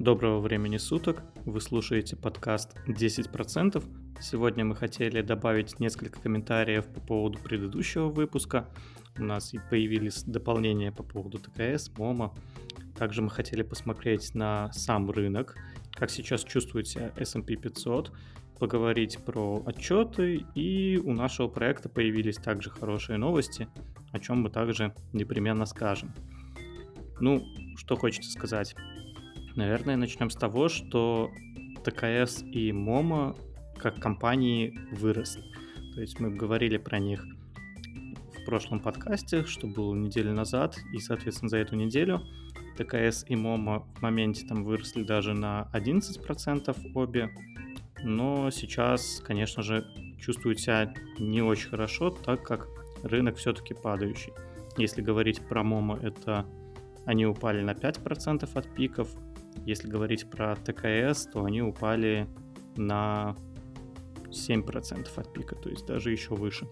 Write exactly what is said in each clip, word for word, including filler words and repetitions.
Доброго времени суток. Вы слушаете подкаст десять процентов. Сегодня мы хотели добавить несколько комментариев по поводу предыдущего выпуска. У нас и появились дополнения по поводу ТКС, МОМА. Также мы хотели посмотреть на сам рынок, как сейчас чувствует себя эс энд пи пятьсот, поговорить про отчеты, и у нашего проекта появились также хорошие новости, о чем мы также непременно скажем. Ну, что хочется сказать? Наверное, начнем с того, что ТКС и МОМА как компании выросли. То есть мы говорили про них в прошлом подкасте, что было неделю назад, и, соответственно, за эту неделю ТКС и МОМА в моменте там выросли даже на одиннадцать процентов обе, но сейчас, конечно же, чувствуют себя не очень хорошо, так как рынок все-таки падающий. Если говорить про МОМА, это они упали на пять процентов от пиков. Если говорить про ТКС, то они упали на семь процентов от пика, то есть даже еще выше.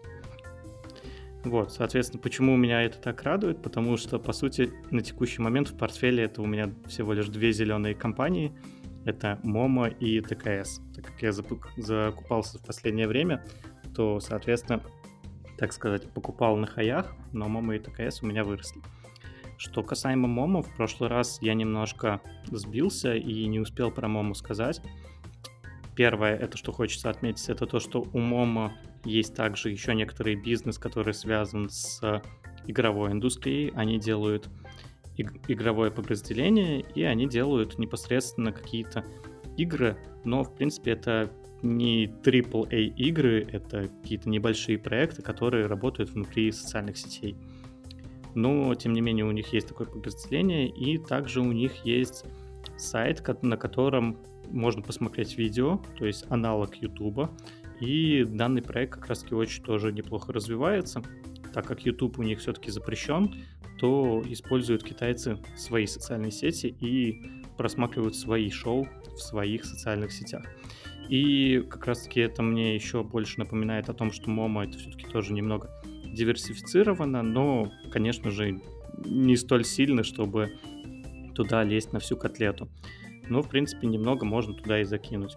Вот, соответственно, почему меня это так радует? Потому что, по сути, на текущий момент в портфеле это у меня всего лишь две зеленые компании. Это МОМА и ТКС. Так как я закупался в последнее время, то, соответственно, так сказать, покупал на хаях, но МОМА и ТКС у меня выросли. Что касаемо МОМА, в прошлый раз я немножко сбился и не успел про МОМА сказать. Первое, это что хочется отметить, это то, что у МОМА есть также еще некоторый бизнес, который связан с игровой индустрией. Они делают иг- игровое подразделение, и они делают непосредственно какие-то игры, но, в принципе, это не трипл эй игры, это какие-то небольшие проекты, которые работают внутри социальных сетей. Но, тем не менее, у них есть такое подразделение, и также у них есть сайт, на котором можно посмотреть видео, то есть аналог YouTube, и данный проект как раз-таки очень тоже неплохо развивается. Так как YouTube у них все-таки запрещен, то используют китайцы свои социальные сети и просматривают свои шоу в своих социальных сетях. И как раз-таки это мне еще больше напоминает о том, что МОМА это все-таки тоже немного диверсифицировано, но, конечно же, не столь сильно, чтобы туда лезть на всю котлету. Но, в принципе, немного можно туда и закинуть.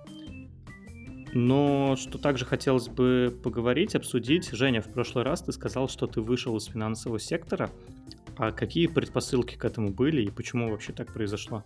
Но что также хотелось бы поговорить, обсудить. Женя, в прошлый раз ты сказал, что ты вышел из финансового сектора. А какие предпосылки к этому были и почему вообще так произошло?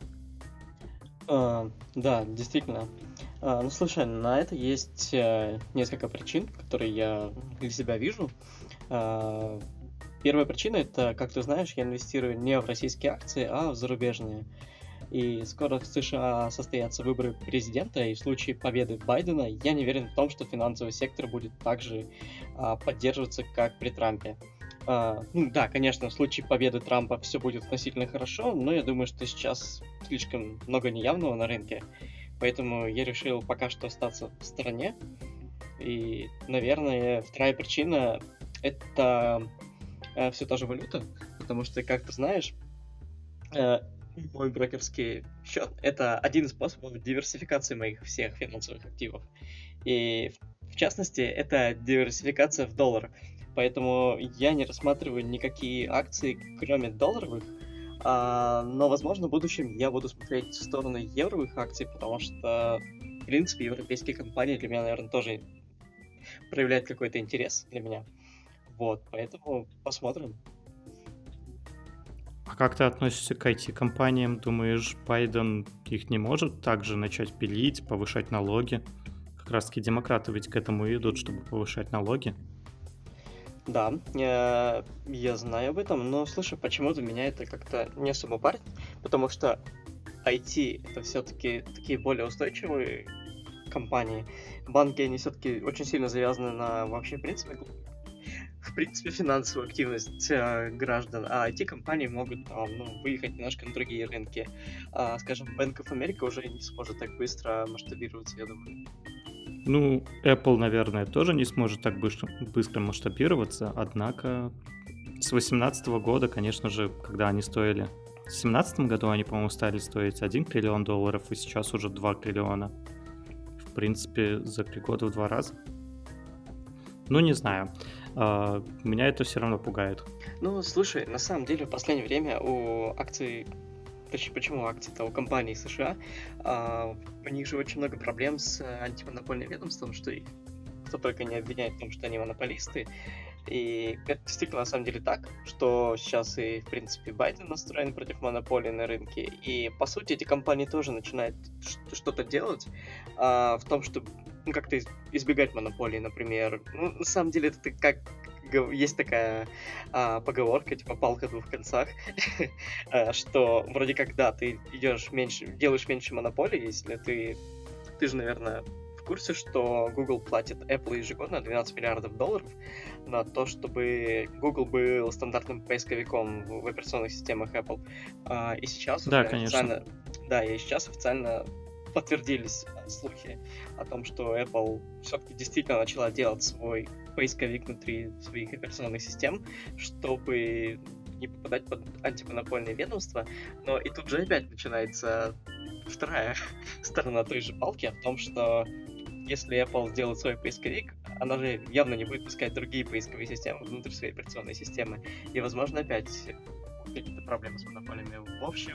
А, да, действительно. А, ну, слушай, на это есть э, несколько причин, которые я для себя вижу. А, первая причина — это, как ты знаешь, я инвестирую не в российские акции, а в зарубежные. И скоро в США состоятся выборы президента, и в случае победы Байдена я не уверен в том, что финансовый сектор будет так же а, поддерживаться, как при Трампе. А, ну да, конечно, в случае победы Трампа все будет относительно хорошо, но я думаю, что сейчас слишком много неявного на рынке, поэтому я решил пока что остаться в стороне. И, наверное, вторая причина — это э, все та же валюта, потому что, как ты знаешь, э, мой брокерский счет — это один из способов диверсификации моих всех финансовых активов. И в частности, это диверсификация в доллар. Поэтому я не рассматриваю никакие акции, кроме долларовых. А, но, возможно, в будущем я буду смотреть в сторону евровых акций, потому что, в принципе, европейские компании для меня, наверное, тоже проявляют какой-то интерес для меня. Вот, поэтому посмотрим. А как ты относишься к ай ти-компаниям? Думаешь, Байден их не может также начать пилить, повышать налоги? Как раз-таки демократы ведь к этому идут, чтобы повышать налоги. Да, я, я знаю об этом, но, слушай, почему-то меня это как-то не особо парит, потому что ай ти — это все-таки такие более устойчивые компании. Банки, они все-таки очень сильно завязаны на вообще, в принципе, в принципе, финансовую активность э, граждан, а ай ти-компании могут там, ну, выехать немножко на другие рынки. А, скажем, Bank of America уже не сможет так быстро масштабироваться, я думаю. Ну, Apple, наверное, тоже не сможет так быстро, быстро масштабироваться, однако с две тысячи восемнадцатого года, конечно же, когда они стоили... В две тысячи семнадцатом году они, по-моему, стали стоить один триллион долларов, и сейчас уже два триллиона. В принципе, за три года в два раза. Ну, не знаю. А, меня это все равно пугает. Ну, слушай, на самом деле в последнее время у акций точнее, почему акции-то у компаний США, а, у них же очень много проблем с антимонопольным ведомством, что их кто только не обвиняет в том, что они монополисты. И это действительно на самом деле так, что сейчас и, в принципе, Байден настроен против монополии на рынке. И, по сути, эти компании тоже начинают ш- что-то делать а, в том, чтобы ну, как-то из- избегать монополии, например. Ну, на самом деле, это ты как гов- есть такая а, поговорка, типа палка о двух концах, а, что вроде как, да, ты идешь меньше, делаешь меньше монополии, если ты ты же, наверное, в курсе, что Google платит Apple ежегодно двенадцать миллиардов долларов на то, чтобы Google был стандартным поисковиком в в операционных системах Apple. А, И сейчас Да, уже конечно. официально, да, и сейчас официально подтвердились а, слухи о том, что Apple все-таки действительно начала делать свой поисковик внутри своих операционных систем, чтобы не попадать под антимонопольное ведомство. Но и тут же опять начинается вторая сторона той же палки в том, что если Apple сделает свой поисковик, она же явно не будет пускать другие поисковые системы внутрь своей операционной системы. И, возможно, опять будут какие-то проблемы с монополиями. В общем,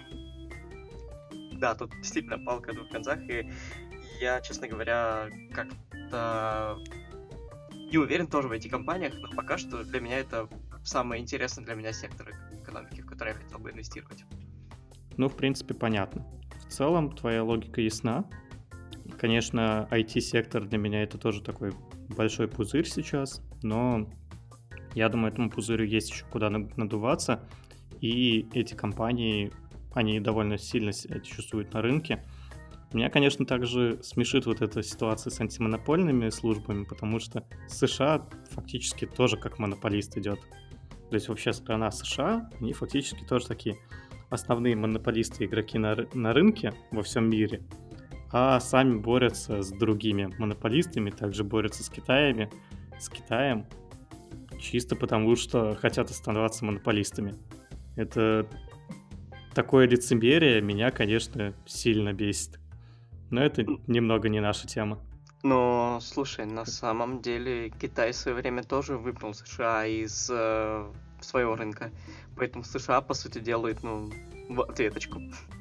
да, тут действительно палка о двух концах, и я, честно говоря, как-то не уверен тоже в этих компаниях, но пока что для меня это самый интересный для меня сектор экономики, в который я хотел бы инвестировать. Ну, в принципе, понятно. В целом, твоя логика ясна. Конечно, ай ти-сектор для меня это тоже такой большой пузырь сейчас, но я думаю, этому пузырю есть еще куда на- надуваться, и эти компании, они довольно сильно себя чувствуют на рынке. Меня, конечно, также смешит вот эта ситуация с антимонопольными службами, потому что США фактически тоже как монополист идет. То есть вообще страна США, они фактически тоже такие основные монополисты, игроки на, ры- на рынке во всем мире, а сами борются с другими монополистами, также борются с Китаями, с Китаем, чисто потому что хотят оставаться монополистами. Это такое лицемерие меня, конечно, сильно бесит. Но это М, немного не наша тема. Но, слушай, на самом деле Китай в свое время тоже выпнул США из э, своего рынка. Поэтому США, по сути, делает, ну, в ответочку.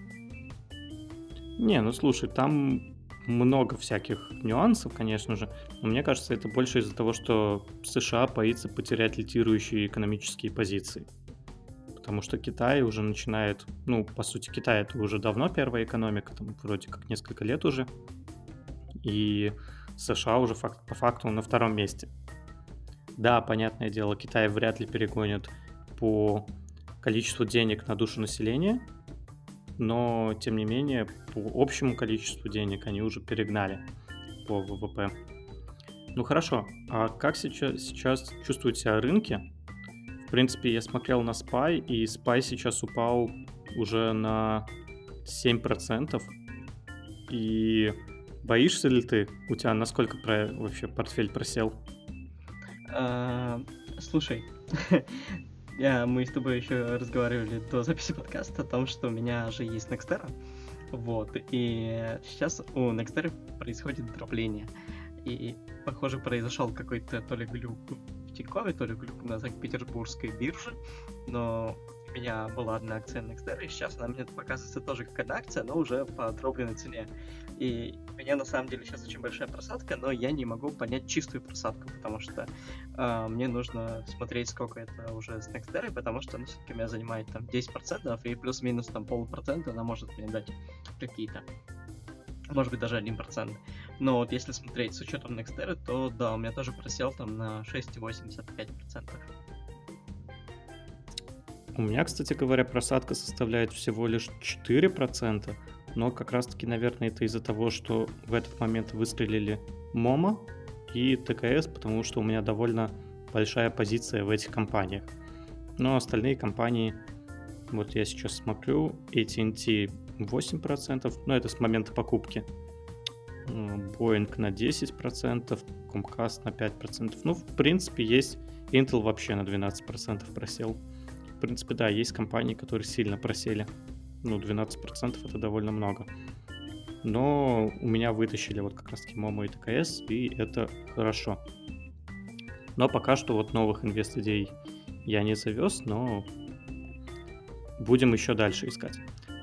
Не, ну слушай, там много всяких нюансов, конечно же, но мне кажется, это больше из-за того, что США боится потерять лидирующие экономические позиции. Потому что Китай уже начинает, ну, по сути, Китай это уже давно первая экономика, там вроде как несколько лет уже, и США уже фак- по факту на втором месте. Да, понятное дело, Китай вряд ли перегонит по количеству денег на душу населения, но, тем не менее, по общему количеству денег они уже перегнали по вэ вэ пэ. Ну хорошо, а как сейчас, сейчас чувствуют себя рынки? В принципе, я смотрел на спай, и спай сейчас упал уже на семь процентов. И боишься ли ты? У тебя насколько про- вообще портфель просел? А, Слушай, я, мы с тобой еще разговаривали до записи подкаста о том, что у меня же есть Nextera. Вот, и сейчас у Nextera происходит дробление. И, похоже, произошел какой-то то ли глюк в Тинькове, то ли глюк на Санкт-Петербургской бирже, но у меня была одна акция Nextera, и сейчас она мне показывается тоже как одна акция, но уже по дробленной цене. И у меня на самом деле сейчас очень большая просадка, но я не могу понять чистую просадку, потому что а, мне нужно смотреть, сколько это уже с Nextera, потому что она все-таки меня занимает там десять процентов, и плюс-минус там полпроцента она может мне дать какие-то. Может быть, даже один процент. Но вот если смотреть с учетом Nextera, то да, у меня тоже просел там на шесть целых восемьдесят пять сотых процента. У меня, кстати говоря, просадка составляет всего лишь четыре процента, но как раз-таки, наверное, это из-за того, что в этот момент выстрелили момо и тэ ка эс, потому что у меня довольно большая позиция в этих компаниях. Но остальные компании, вот я сейчас смотрю, эй ти энд ти восемь процентов, но это с момента покупки, м, Boeing на десять процентов, Comcast на пять процентов. Ну, в принципе, есть Intel вообще на двенадцать процентов просел. В принципе, да, есть компании, которые сильно просели. Ну, двенадцать процентов это довольно много. Но у меня вытащили вот как раз-таки момо и тэ ка эс, и это хорошо. Но пока что вот новых инвест-идей я не завез, но будем еще дальше искать.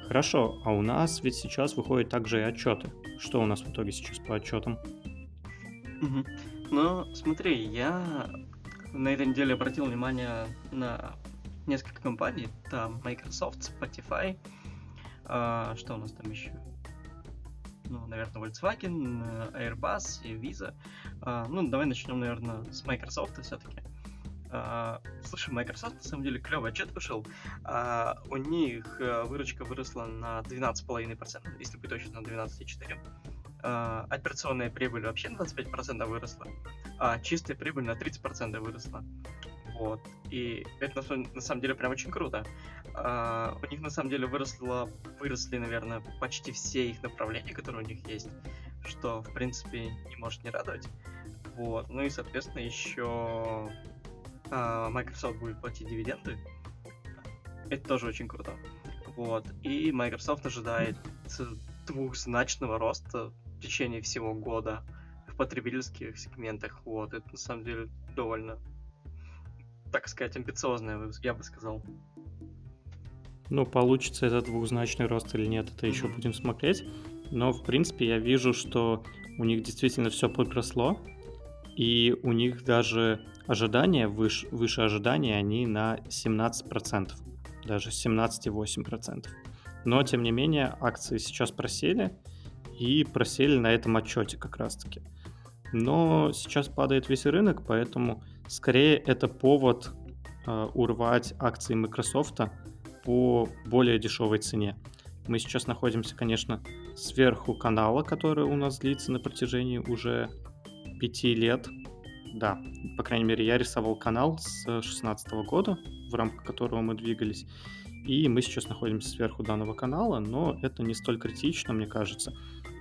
Хорошо, а у нас ведь сейчас выходят также и отчеты. Что у нас в итоге сейчас по отчетам? Мгм. Ну, смотри, я на этой неделе обратил внимание на несколько компаний. Там Microsoft, Spotify, а, что у нас там еще? Ну, наверное, Volkswagen, э, Airbus и Visa. А, ну, давай начнем, наверное, с Microsoft все-таки. А, слушай, Microsoft на самом деле клевый отчет вышел. А, у них э, выручка выросла на двенадцать целых пять десятых процента, если быть точно, на двенадцать целых четыре десятых процента. А, операционная прибыль вообще на двадцать пять процентов выросла, а чистая прибыль на тридцать процентов выросла. Вот. И это на, самом- на самом деле прям очень круто. А, у них на самом деле выросло, выросли, наверное, почти все их направления, которые у них есть, что, в принципе, не может не радовать. Вот. Ну и, соответственно, еще а, Microsoft будет платить дивиденды. Это тоже очень круто. Вот. И Microsoft ожидает двухзначного роста в течение всего года в потребительских сегментах. Вот. Это на самом деле довольно, так сказать, амбициозное, я бы сказал. Ну, получится это двухзначный рост или нет, это еще Мгм. будем смотреть. Но, в принципе, я вижу, что у них действительно все подросло, и у них даже ожидания, выше, выше ожидания, они на семнадцать процентов, даже семнадцать целых восемь десятых процента. Но, тем не менее, акции сейчас просели, и просели на этом отчете как раз-таки. Но сейчас падает весь рынок, поэтому скорее это повод э, урвать акции Microsoft по более дешевой цене. Мы сейчас находимся, конечно, сверху канала, который у нас длится на протяжении уже пяти лет. Да, по крайней мере, я рисовал канал с две тысячи шестнадцатого года, в рамках которого мы двигались. И мы сейчас находимся сверху данного канала, но это не столь критично, мне кажется.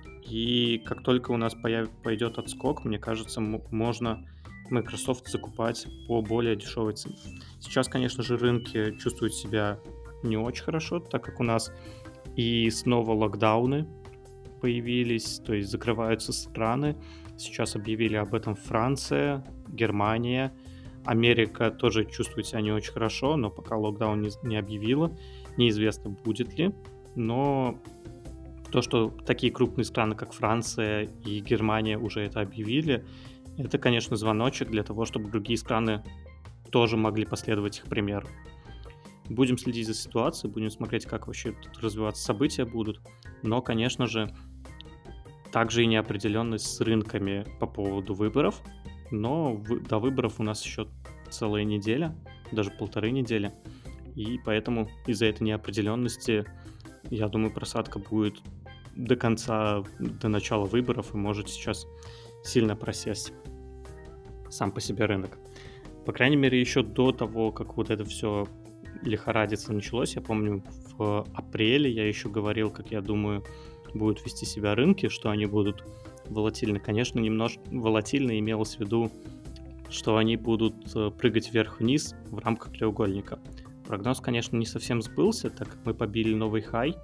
И как только у нас появ... пойдет отскок, мне кажется, м- можно Microsoft закупать по более дешевой цене. Сейчас, конечно же, рынки чувствуют себя не очень хорошо, так как у нас и снова локдауны появились, то есть закрываются страны. Сейчас объявили об этом Франция, Германия. Америка тоже чувствует себя не очень хорошо, но пока локдаун не, не объявила. Неизвестно, будет ли. Но то, что такие крупные страны, как Франция и Германия уже это объявили, это, конечно, звоночек для того, чтобы другие страны тоже могли последовать их примеру. Будем следить за ситуацией, будем смотреть, как вообще тут развиваться события будут. Но, конечно же, также и неопределенность с рынками по поводу выборов. Но вы- до выборов у нас еще целая неделя, даже полторы недели. И поэтому из-за этой неопределенности, я думаю, просадка будет до конца, до начала выборов и может сейчас сильно просесть сам по себе рынок. По крайней мере, еще до того, как вот это все лихорадиться началось, я помню, в апреле я еще говорил, как я думаю, будут вести себя рынки, что они будут волатильны. Конечно, немножко волатильно имелось в виду, что они будут э, прыгать вверх-вниз в рамках треугольника. Прогноз, конечно, не совсем сбылся, так как мы побили новый хай,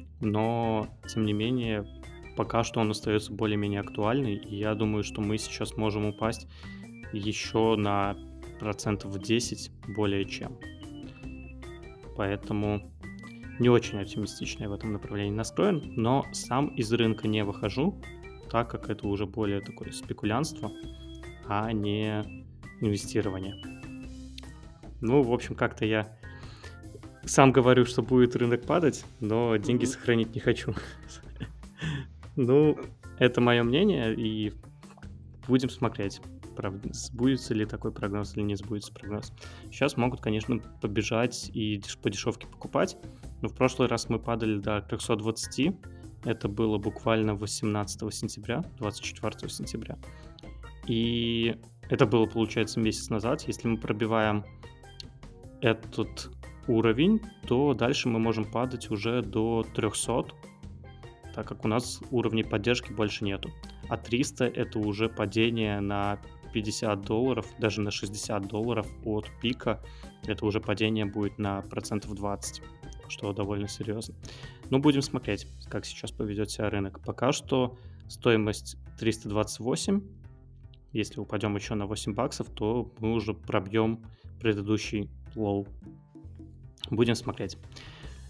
но, тем не менее, пока что он остается более-менее актуальный, и я думаю, что мы сейчас можем упасть еще на процентов десять более чем. Поэтому не очень оптимистично я в этом направлении настроен, но сам из рынка не выхожу, так как это уже более такое спекулянство, а не инвестирование. Ну, в общем, как-то я сам говорю, что будет рынок падать, но деньги Мгм. сохранить не хочу. Ну, это мое мнение, и будем смотреть, правда, сбудется ли такой прогноз или не сбудется прогноз. Сейчас могут, конечно, побежать и деш- по дешевке покупать, но в прошлый раз мы падали до трехсот двадцати, это было буквально восемнадцатого сентября, двадцать четвёртого сентября. И это было, получается, месяц назад. Если мы пробиваем этот уровень, то дальше мы можем падать уже до трехсот, так как у нас уровней поддержки больше нету. А триста — это уже падение на пятьдесят долларов, даже на шестьдесят долларов от пика. Это уже падение будет на процентов двадцать, что довольно серьезно. Но будем смотреть, как сейчас поведет себя рынок. Пока что стоимость триста двадцать восемь. Если упадем еще на восемь баксов, то мы уже пробьем предыдущий лоу. Будем смотреть.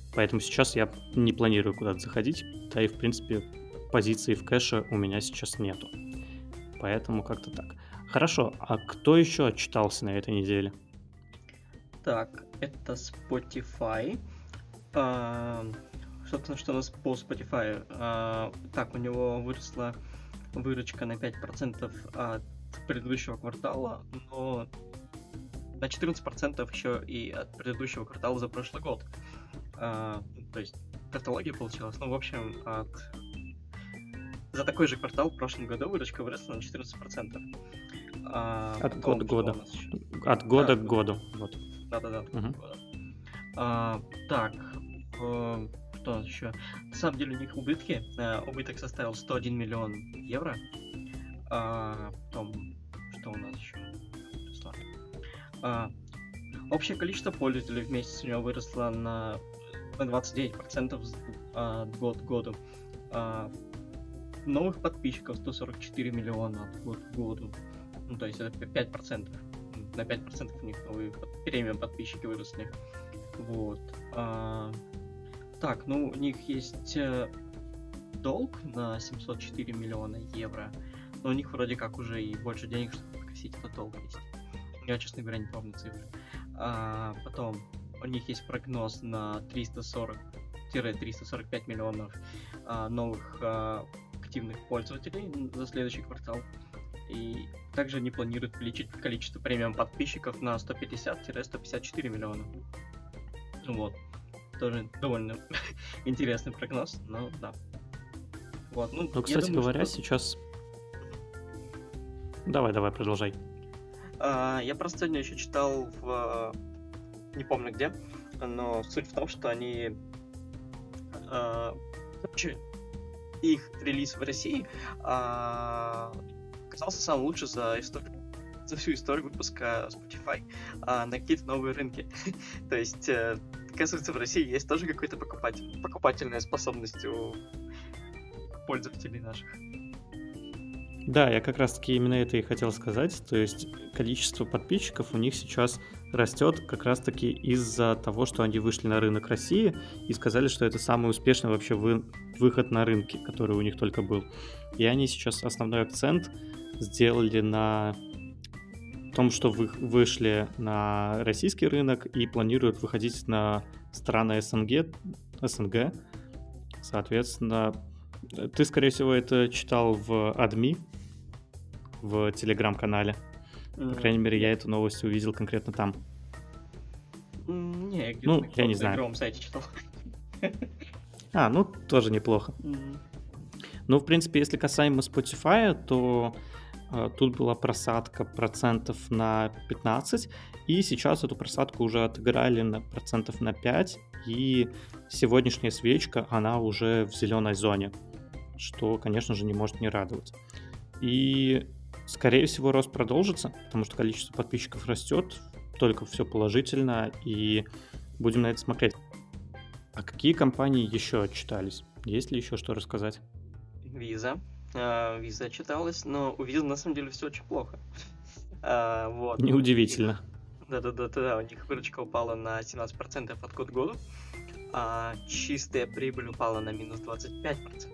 Поэтому сейчас я не планирую куда-то заходить, да и, в принципе, позиции в кэше у меня сейчас нету. Поэтому как-то так. Хорошо, а кто еще отчитался на этой неделе? Так, это Spotify. А, собственно, что у нас по Spotify? А, так, у него выросла выручка на пять процентов от предыдущего квартала, но на четырнадцать процентов еще и от предыдущего квартала за прошлый год. А, то есть тавтология получилась. Ну, в общем, от... за такой же квартал в прошлом году выручка выросла на четырнадцать процентов. А, От потом, года к что у году. нас еще? От года Да, к году. Вот. Да-да-да, от года Мгм. к году. А, так, э, что у нас еще? На самом деле у них убытки. Э, убыток составил сто один миллион евро. А, потом, что у нас еще? выросло? А, общее количество пользователей в месяц у него выросло на, на двадцать девять процентов с- а, от год к году. А, новых подписчиков сто сорок четыре миллиона от год к году. Ну, то есть это п- пять процентов. М, На пять процентов у них новые под- премиум подписчики выросли. Вот. А, так, ну, у них есть э, долг на семьсот четыре миллиона евро, но у них вроде как уже и больше денег, чтобы погасить этот долг есть. Я, честно говоря, не помню цифры. А, потом у них есть прогноз на триста сорок триста сорок пять миллионов а, новых а, активных пользователей н- за следующий квартал. И также они планируют увеличить количество премиум подписчиков на сто пятьдесят сто пятьдесят четыре миллиона. Ну вот. Тоже довольно интересный прогноз, но да. Вот, ну, Ну, я кстати думаю, говоря, что... сейчас... Давай, давай, продолжай. А, я просто сегодня еще читал в... э, не помню где, но суть в том, что они... а, короче, их релиз в России а, оказался самым лучшим за историю за всю историю выпуска Spotify а, на какие-то новые рынки. То есть, э, оказывается, в России есть тоже какая-то покупатель, покупательная способность у пользователей наших. Да, я как раз-таки именно это и хотел сказать. То есть количество подписчиков у них сейчас растет как раз-таки из-за того, что они вышли на рынок России и сказали, что это самый успешный вообще вы- выход на рынке, который у них только был. И они сейчас основной акцент сделали на том, что вы вышли на российский рынок и планируют выходить на страны СНГ, СНГ. Соответственно, э, ты, скорее всего, это читал в Адми, в Телеграм-канале. По крайней мере, я эту новость увидел конкретно там. М, Не, я где-то Ну, на я не каком-то знаю. игровом сайте читал. А, ну, тоже неплохо. М, Ну, в принципе, если касаемо Spotify, то э, тут была просадка процентов на пятнадцать, и сейчас эту просадку уже отыграли на процентов на пять, и сегодняшняя свечка, она уже в зеленой зоне, что, конечно же, не может не радовать. И, скорее всего, рост продолжится, потому что количество подписчиков растет, только все положительно, и будем на это смотреть. А какие компании еще отчитались? Есть ли еще что рассказать? Виза. А, Виза читалась, но у Визы на самом деле все очень плохо. А, Вот. У них- Неудивительно. Да-да-да, у них выручка упала на семнадцать процентов от года к году, а чистая прибыль упала на минус двадцать пять процентов.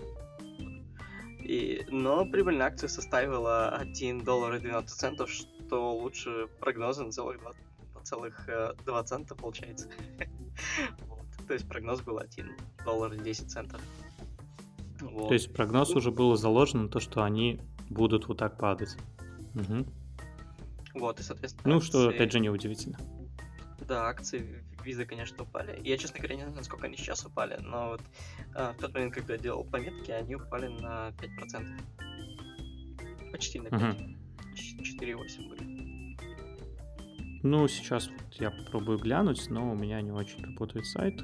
И, но прибыль на акцию составила один доллар и двенадцать центов, что лучше прогноза на целых два, на целых э, два цента получается. Вот. То есть прогноз был один доллар и десять центов. Вот. То есть прогноз уже было заложено, то, что они будут вот так падать. Мгм. Вот, и, соответственно, Ну, что, акции... опять же, неудивительно. Да, акции Визы, конечно, упали. Я, честно говоря, не знаю, насколько они сейчас упали, но вот а, в тот момент, когда я делал пометки, они упали на пять процентов. Почти на пять. Мгм. четыре и восемь были. Ну, сейчас вот я попробую глянуть, но у меня не очень работает сайт.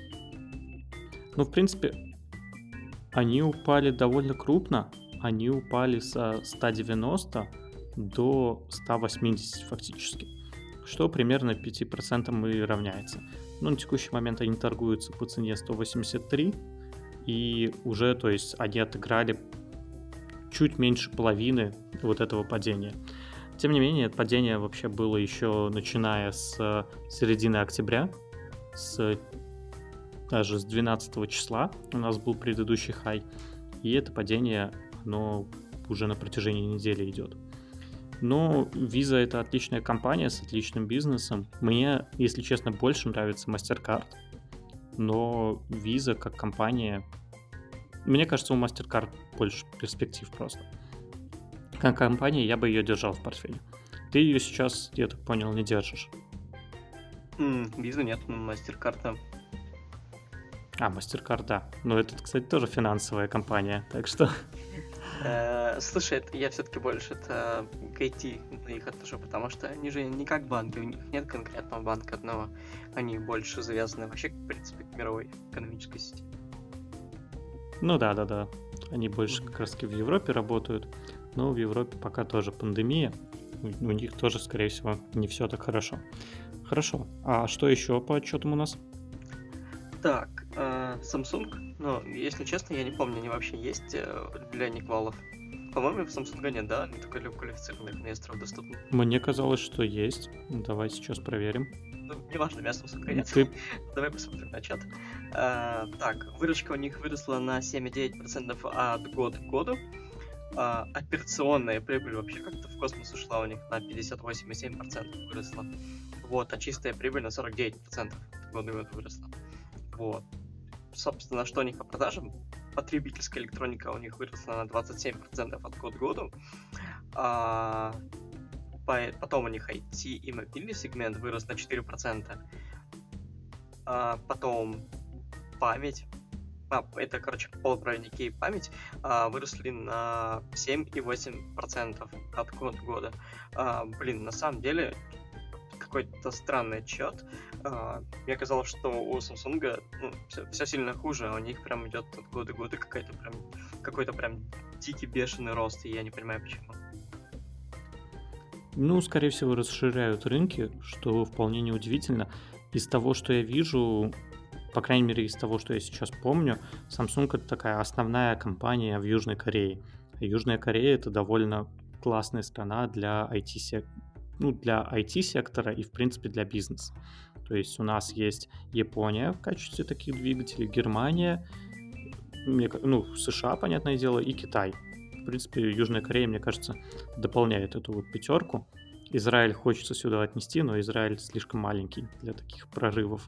Ну, в принципе, они упали довольно крупно. Они упали со ста девяноста до ста восьмидесяти фактически, что примерно пяти процентам и равняется. Ну, на текущий момент они торгуются по цене сто восемьдесят три, и уже, то есть, они отыграли чуть меньше половины вот этого падения. Тем не менее, падение вообще было еще начиная с середины октября, с даже с двенадцатого числа у нас был предыдущий хай, и это падение, оно уже на протяжении недели идет. Но Visa — это отличная компания с отличным бизнесом. Мне, если честно, больше нравится MasterCard, но Visa как компания... Мне кажется, у MasterCard больше перспектив просто. Как компания я бы ее держал в портфеле. Ты ее сейчас, я так понял, не держишь. М, Visa нет, но MasterCard. А, MasterCard, да. Но это, кстати, тоже финансовая компания, так что... Э, Слушай, это я все-таки больше это к ай ти на их отношу, потому что они же не как банки, у них нет конкретного банка одного, они больше завязаны вообще, в принципе, к мировой экономической сети. Ну да, да, да. Они больше Мгм. как раз таки в Европе работают, но в Европе пока тоже пандемия. У у них тоже, скорее всего, не все так хорошо. Хорошо. А что еще по отчетам у нас? Так, э, Samsung, ну, если честно, я не помню, они вообще есть э, для никвалов. По-моему, в Samsung нет, да? Они только для квалифицированных инвесторов доступны. Мне казалось, что есть. Давай сейчас проверим. Ну, неважно, у меня Samsung нет. Ты... Давай посмотрим на чат. Э, так, выручка у них выросла на семь и девять десятых процента от года к году. А, операционная прибыль вообще как-то в космос ушла у них на пятьдесят восемь и семь десятых процента выросла. Вот, а чистая прибыль на сорок девять процентов от года к году выросла. Вот. Собственно, что у них по продажам? Потребительская электроника у них выросла на двадцать семь процентов от года к году. А, по- потом у них ай ти и мобильный сегмент вырос на четыре процента. А, потом память. А, это, короче, полупроводники и память а, выросли на семь и восемь десятых процента от года к году. А, блин, на самом деле какой-то странный отчет. А, мне казалось, что у Samsung ну, все, сильно хуже, а у них прям идет от года к году какая-то прям, какой-то прям дикий бешеный рост, и я не понимаю почему. Ну, скорее всего, расширяют рынки, что вполне неудивительно. Из того, что я вижу, по крайней мере, из того, что я сейчас помню, Samsung — это такая основная компания в Южной Корее. А Южная Корея — это довольно классная страна для ай ти-сек... ну, для ай ти-сектора и, в принципе, для бизнеса. То есть у нас есть Япония в качестве таких двигателей, Германия, мне ка- ну, США, понятное дело, и Китай. В принципе, Южная Корея, мне кажется, дополняет эту вот пятерку. Израиль хочется сюда отнести, но Израиль слишком маленький для таких прорывов.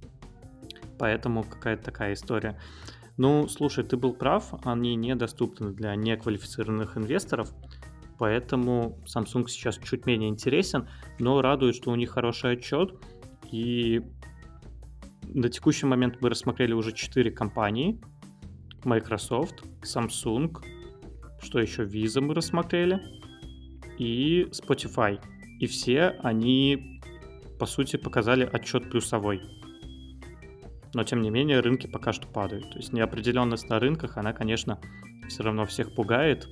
Поэтому какая-то такая история. Ну, слушай, ты был прав, они недоступны для неквалифицированных инвесторов, поэтому Samsung сейчас чуть менее интересен, но радует, что у них хороший отчет, и на текущий момент мы рассмотрели уже четыре компании: Microsoft, Samsung, что еще, Visa мы рассмотрели, и Spotify. И все они, по сути, показали отчет плюсовой. Но, тем не менее, рынки пока что падают. То есть неопределенность на рынках, она, конечно, все равно всех пугает.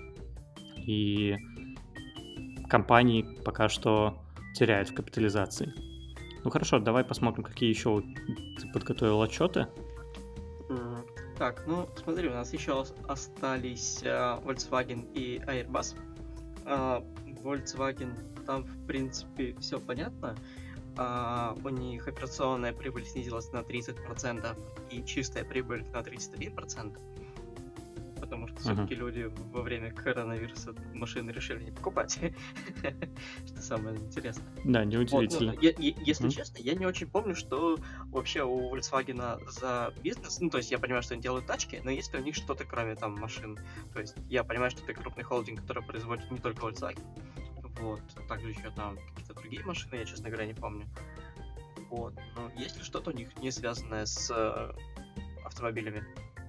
И компании пока что теряют в капитализации. Ну хорошо, давай посмотрим, какие еще ты подготовил отчеты. М, Так, ну смотри, у нас еще ос- остались а, Volkswagen и Airbus. А, Volkswagen, там в принципе все понятно. А, у них операционная прибыль снизилась на тридцать процентов и чистая прибыль на тридцать один процент. Потому что Мгм. все-таки люди во время коронавируса машины решили не покупать. Что самое интересное. Да, Вот, ну, неудивительно. е- е- если Мгм. честно, я не очень помню, что вообще у Volkswagen за бизнес. Ну, то есть я понимаю, что они делают тачки, но есть ли у них что-то кроме там машин? То есть я понимаю, что это крупный холдинг, который производит не только Volkswagen. Вот, также еще там какие-то другие машины, я, честно говоря, не помню. Вот, но есть ли что-то у них не связанное с э, автомобилями?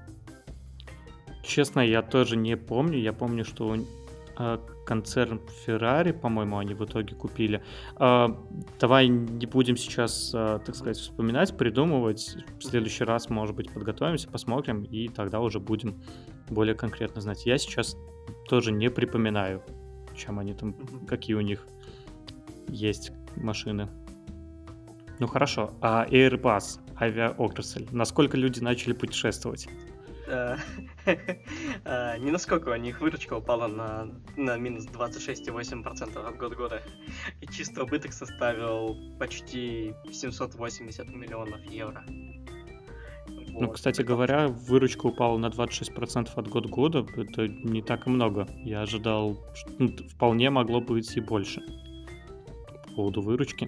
Честно, я тоже не помню. Я помню, что у- а, концерн Ferrari, по-моему, они в итоге купили. А, давай не будем сейчас, а, так сказать, вспоминать, придумывать. В следующий раз, может быть, подготовимся, посмотрим, и тогда уже будем более конкретно знать. Я сейчас тоже не припоминаю, чем они там, Мгм. какие у них есть машины. Ну хорошо, а Airbus, авиаотрасль, насколько люди начали путешествовать? Э, э, Не насколько у них выручка упала на, на минус двадцать шесть и восемь десятых процента от года года. И чисто убыток составил почти семьсот восемьдесят миллионов евро. Ну, Вот. кстати При том, говоря, выручка упала на двадцать шесть процентов от года к году. Это не так и много. Я ожидал, что ну, т- вполне могло быть и больше по поводу выручки.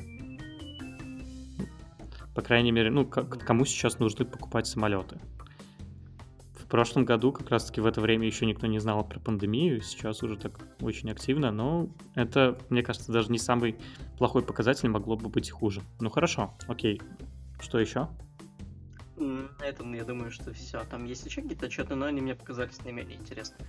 По крайней мере, ну, к- к- кому сейчас нужны покупать самолеты? В прошлом году как раз-таки в это время еще никто не знал про пандемию, сейчас уже так очень активно, но это, мне кажется, даже не самый плохой показатель, могло бы быть и хуже. Ну хорошо, окей. Что еще? м, на этом я думаю, что все. Там есть еще какие-то отчеты, но они мне показались наименее интересными.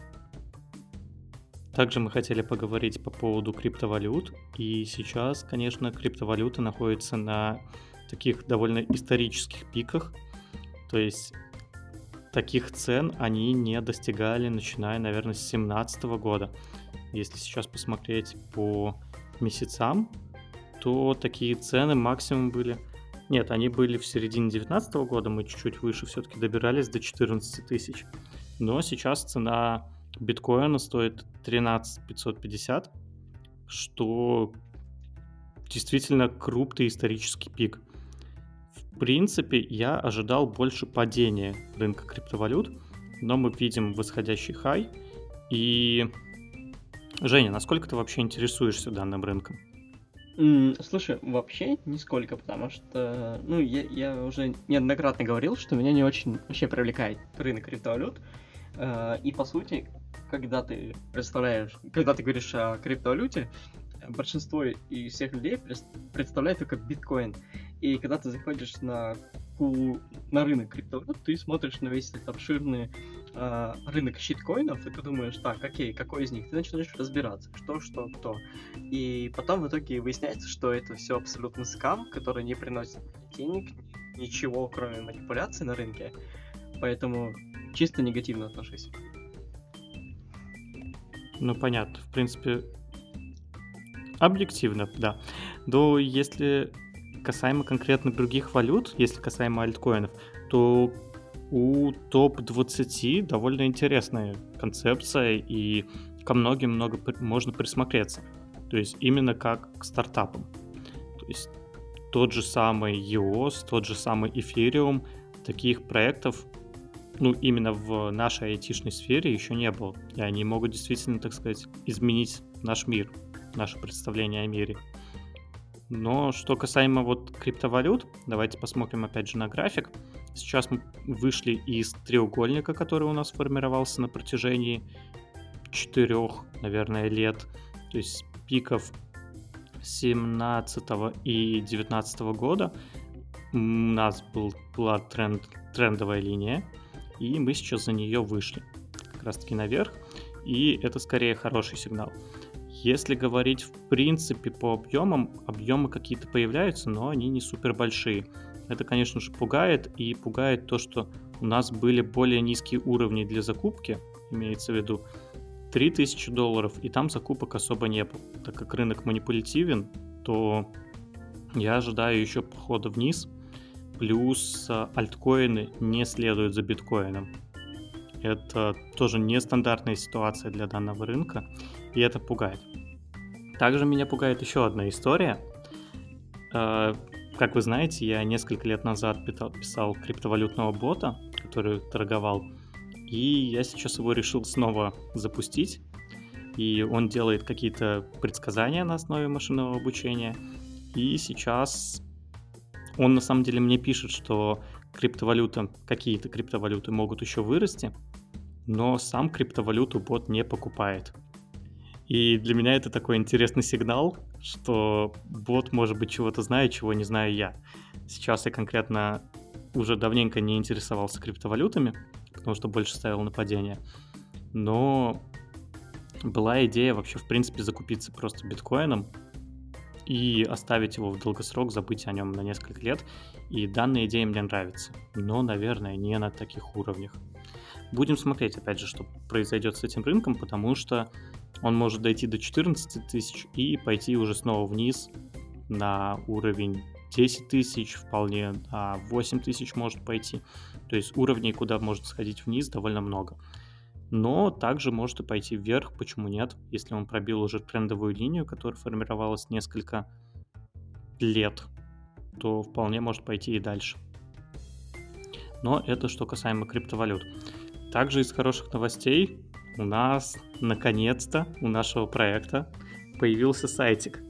Также мы хотели поговорить по поводу криптовалют, и сейчас, конечно, криптовалюта находится на таких довольно исторических пиках, то есть таких цен они не достигали, начиная, наверное, с две тысячи семнадцатого года. Если сейчас посмотреть по месяцам, то такие цены максимум были... Нет, они были в середине девятнадцатого года, мы чуть-чуть выше все-таки добирались до четырнадцати тысяч. Но сейчас цена биткоина стоит тринадцать тысяч пятьсот пятьдесят, что действительно крупный исторический пик. В принципе, я ожидал больше падения рынка криптовалют, но мы видим восходящий хай. И, Женя, насколько ты вообще интересуешься данным рынком? М, Слушай, вообще нисколько, потому что, ну, я, я уже неоднократно говорил, что меня не очень вообще привлекает рынок криптовалют. Э, И по сути, когда ты представляешь, когда ты говоришь о криптовалюте, большинство из всех людей прес- представляет только биткоин. И когда ты заходишь на, ку- на рынок криптовалют, ты смотришь на весь этот обширный а, рынок щиткоинов, и ты думаешь, так, окей, какой из них? Ты начинаешь разбираться, что, что, кто. И потом в итоге выясняется, что это все абсолютно скам, который не приносит ни денег, ничего, кроме манипуляций на рынке. Поэтому чисто негативно отношусь. Ну, понятно, в принципе, объективно, да. Но если касаемо конкретно других валют, если касаемо альткоинов, то у топ двадцати довольно интересная концепция, и ко многим много при- можно присмотреться. То есть именно как к стартапам. То есть тот же самый и о эс, тот же самый Ethereum, таких проектов, ну, именно в нашей айтишной сфере еще не было. И они могут действительно, так сказать, изменить наш мир, наше представление о мире. Но что касаемо вот криптовалют, давайте посмотрим опять же на график. Сейчас мы вышли из треугольника, который у нас формировался на протяжении четырех, наверное, лет. То есть пиков семнадцатого и девятнадцатого года у нас был, была тренд, трендовая линия, и мы сейчас за нее вышли как раз-таки наверх, и это скорее хороший сигнал. Если говорить в принципе по объемам, объемы какие-то появляются, но они не супер большие. Это, конечно же, пугает, и пугает то, что у нас были более низкие уровни для закупки, имеется в виду три тысячи долларов, и там закупок особо не было. Так как рынок манипулятивен, то я ожидаю еще похода вниз, плюс а, альткоины не следуют за биткоином. Это тоже нестандартная ситуация для данного рынка, и это пугает. Также меня пугает еще одна история. Э, Как вы знаете, я несколько лет назад питал- писал криптовалютного бота, который торговал, и я сейчас его решил снова запустить, и он делает какие-то предсказания на основе машинного обучения, и сейчас он на самом деле мне пишет, что криптовалюта, какие-то криптовалюты могут еще вырасти, но сам криптовалюту бот не покупает. И для меня это такой интересный сигнал, что бот, может быть, чего-то знает, чего не знаю я. Сейчас я конкретно уже давненько не интересовался криптовалютами, потому что больше ставил на падение. Но была идея вообще, в принципе, закупиться просто биткоином и оставить его в долгосрок, забыть о нем на несколько лет. И данная идея мне нравится, но, наверное, не на таких уровнях. Будем смотреть, опять же, что произойдет с этим рынком, потому что он может дойти до четырнадцати тысяч и пойти уже снова вниз на уровень десять тысяч, вполне на восемь тысяч может пойти. То есть уровней, куда может сходить вниз, довольно много. Но также может и пойти вверх, почему нет, если он пробил уже трендовую линию, которая формировалась несколько лет, то вполне может пойти и дальше. но это что касаемо криптовалют. Также из хороших новостей у нас наконец-то у нашего проекта появился сайтик.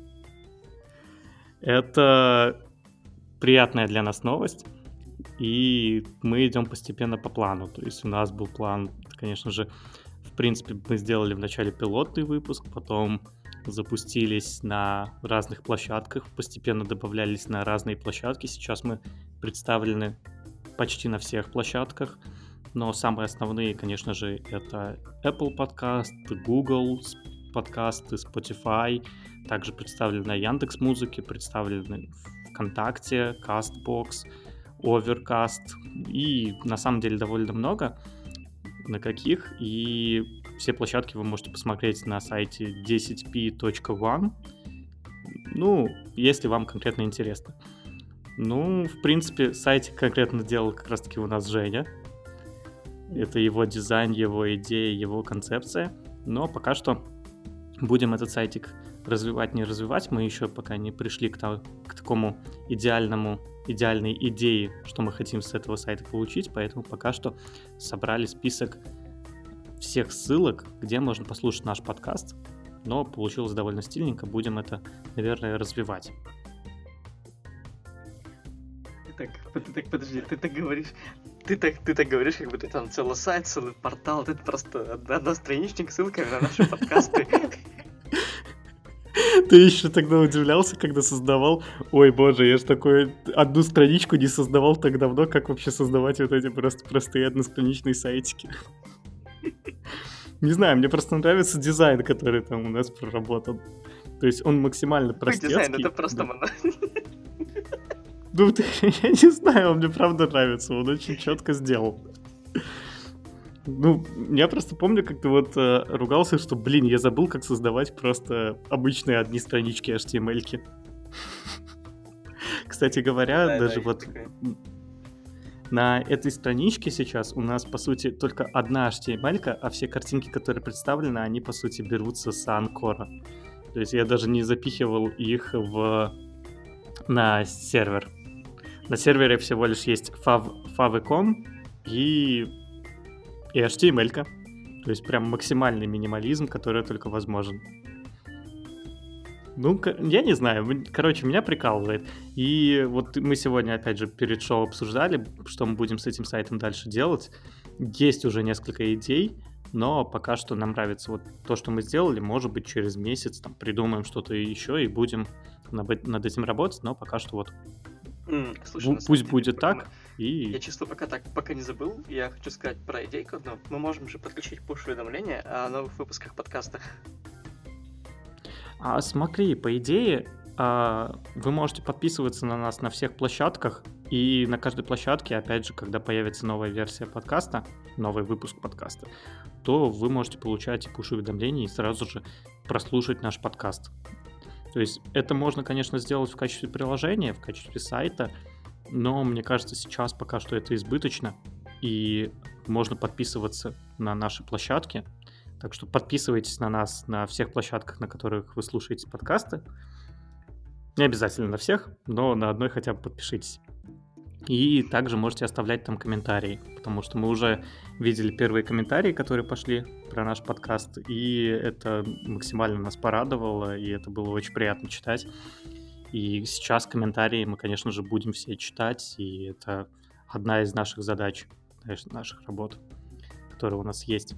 Это приятная для нас новость, и мы идем постепенно по плану. То есть у нас был план, конечно же, в принципе, мы сделали вначале пилотный выпуск, потом запустились на разных площадках, постепенно добавлялись на разные площадки. Сейчас мы представлены почти на всех площадках, но самые основные, конечно же, это Apple Podcast, Google подкасты, Spotify, также представлены на Яндекс.Музыке, представлены в ВКонтакте, Castbox, Overcast и на самом деле довольно много на каких, и все площадки вы можете посмотреть на сайте десять пи точка one, ну, если вам конкретно интересно. Ну, в принципе, сайтик конкретно делал как раз-таки у нас Женя. Это его дизайн, его идея, его концепция, но пока что будем этот сайтик развивать, не развивать. Мы еще пока не пришли к, та- к такому идеальному, идеальной идее, что мы хотим с этого сайта получить, поэтому пока что собрали список всех ссылок, где можно послушать наш подкаст, но получилось довольно стильненько, будем это, наверное, развивать. Ты так, ты так, подожди, ты так говоришь, ты так, ты так говоришь, как будто там целый сайт, целый портал, это просто одностраничник с ссылками на наши подкасты. Ты еще тогда удивлялся, когда создавал... Ой, боже, я же такую одну страничку не создавал так давно, как вообще создавать вот эти просто простые одностраничные сайтики. Не знаю, мне просто нравится дизайн, который там у нас проработан. То есть он максимально простецкий. Дизайн, это просто... Ну, я не знаю, он мне правда нравится, он очень четко сделал. Ну, я просто помню, как ты вот э, ругался, что, блин, я забыл, как создавать просто обычные одни странички эйч ти эм эль-ки. Кстати говоря, Да, даже да, вот такое. на этой страничке сейчас у нас, по сути, только одна эйч ти эм эль-ка, а все картинки, которые представлены, они, по сути, берутся с Анкора. То есть я даже не запихивал их в... на сервер. На сервере всего лишь есть fav, favicom и... и эйч ти эм эль-ка. То есть прям максимальный минимализм, который только возможен. Ну, я не знаю. Короче, меня прикалывает. И вот мы сегодня, опять же, перед шоу обсуждали, что мы будем с этим сайтом дальше делать. Есть уже несколько идей, но пока что нам нравится вот то, что мы сделали. Может быть, через месяц там придумаем что-то еще и будем над этим работать, но пока что вот Mm, слушай, пусть деле, будет так. Мы... И... Я чисто пока так, пока не забыл, я хочу сказать про идейку, но мы можем же подключить пуш-уведомления о новых выпусках подкаста. А смотри, по идее, вы можете подписываться на нас на всех площадках, и на каждой площадке, опять же, когда появится новая версия подкаста, новый выпуск подкаста, то вы можете получать пуш-уведомления и сразу же прослушать наш подкаст. То есть это можно, конечно, сделать в качестве приложения, в качестве сайта, но мне кажется, сейчас пока что это избыточно, и можно подписываться на наши площадки. Так что подписывайтесь на нас на всех площадках, на которых вы слушаете подкасты. Не обязательно на всех, но на одной хотя бы подпишитесь. И также можете оставлять там комментарии, потому что мы уже видели первые комментарии, которые пошли про наш подкаст, и это максимально нас порадовало, и это было очень приятно читать. И сейчас комментарии мы, конечно же, будем все читать, и это одна из наших задач, наших работ, которые у нас есть.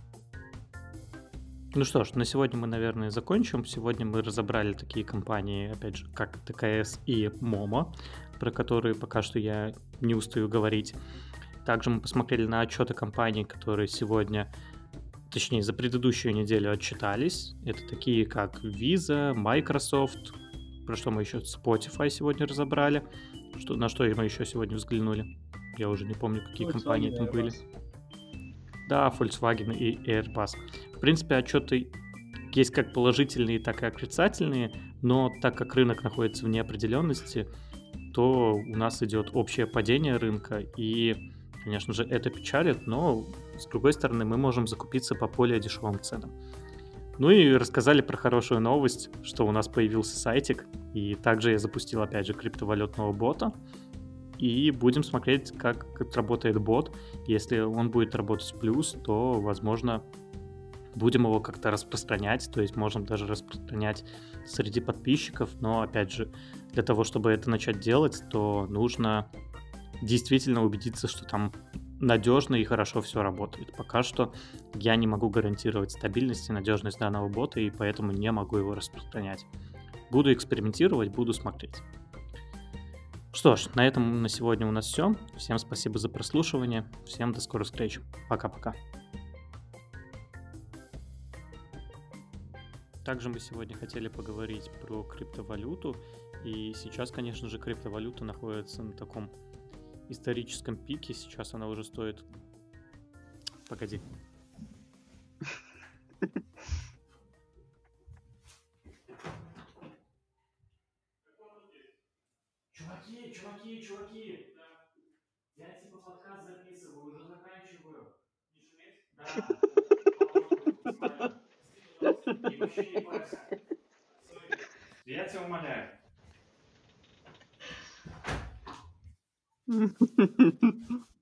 Ну что ж, на сегодня мы, наверное, закончим. Сегодня мы разобрали такие компании, опять же, как ТКС и Момо, про которые пока что я не устаю говорить. Также мы посмотрели на отчеты компаний, которые сегодня, точнее, за предыдущую неделю отчитались. Это такие, как Visa, Microsoft, про что мы еще Spotify сегодня разобрали. Что, на что мы еще сегодня взглянули? Я уже не помню, какие Volkswagen компании там были. Да, Volkswagen и Airbus. В принципе, отчеты есть как положительные, так и отрицательные, но так как рынок находится в неопределенности, то у нас идет общее падение рынка, и, конечно же, это печалит, но, с другой стороны, мы можем закупиться по более дешевым ценам. Ну и рассказали про хорошую новость, что у нас появился сайтик, и также я запустил, опять же, криптовалютного бота. И будем смотреть, как отработает бот. Если он будет работать в плюс, то, возможно, будем его как-то распространять. То есть можем даже распространять среди подписчиков. Но, опять же, для того, чтобы это начать делать, то нужно действительно убедиться, что там надежно и хорошо все работает. Пока что я не могу гарантировать стабильность и надежность данного бота, и поэтому не могу его распространять. Буду экспериментировать, буду смотреть. Что ж, на этом на сегодня у нас все. Всем спасибо за прослушивание. Всем до скорых встреч. Пока-пока. Также мы сегодня хотели поговорить про криптовалюту. И сейчас, конечно же, криптовалюта находится на таком историческом пике. Сейчас она уже стоит... Погоди. Чуваки, чуваки, чуваки! Я типа подкаст записываю, уже заканчиваю. Не шуметь? Да. И вообще не парься. Я тебя умоляю.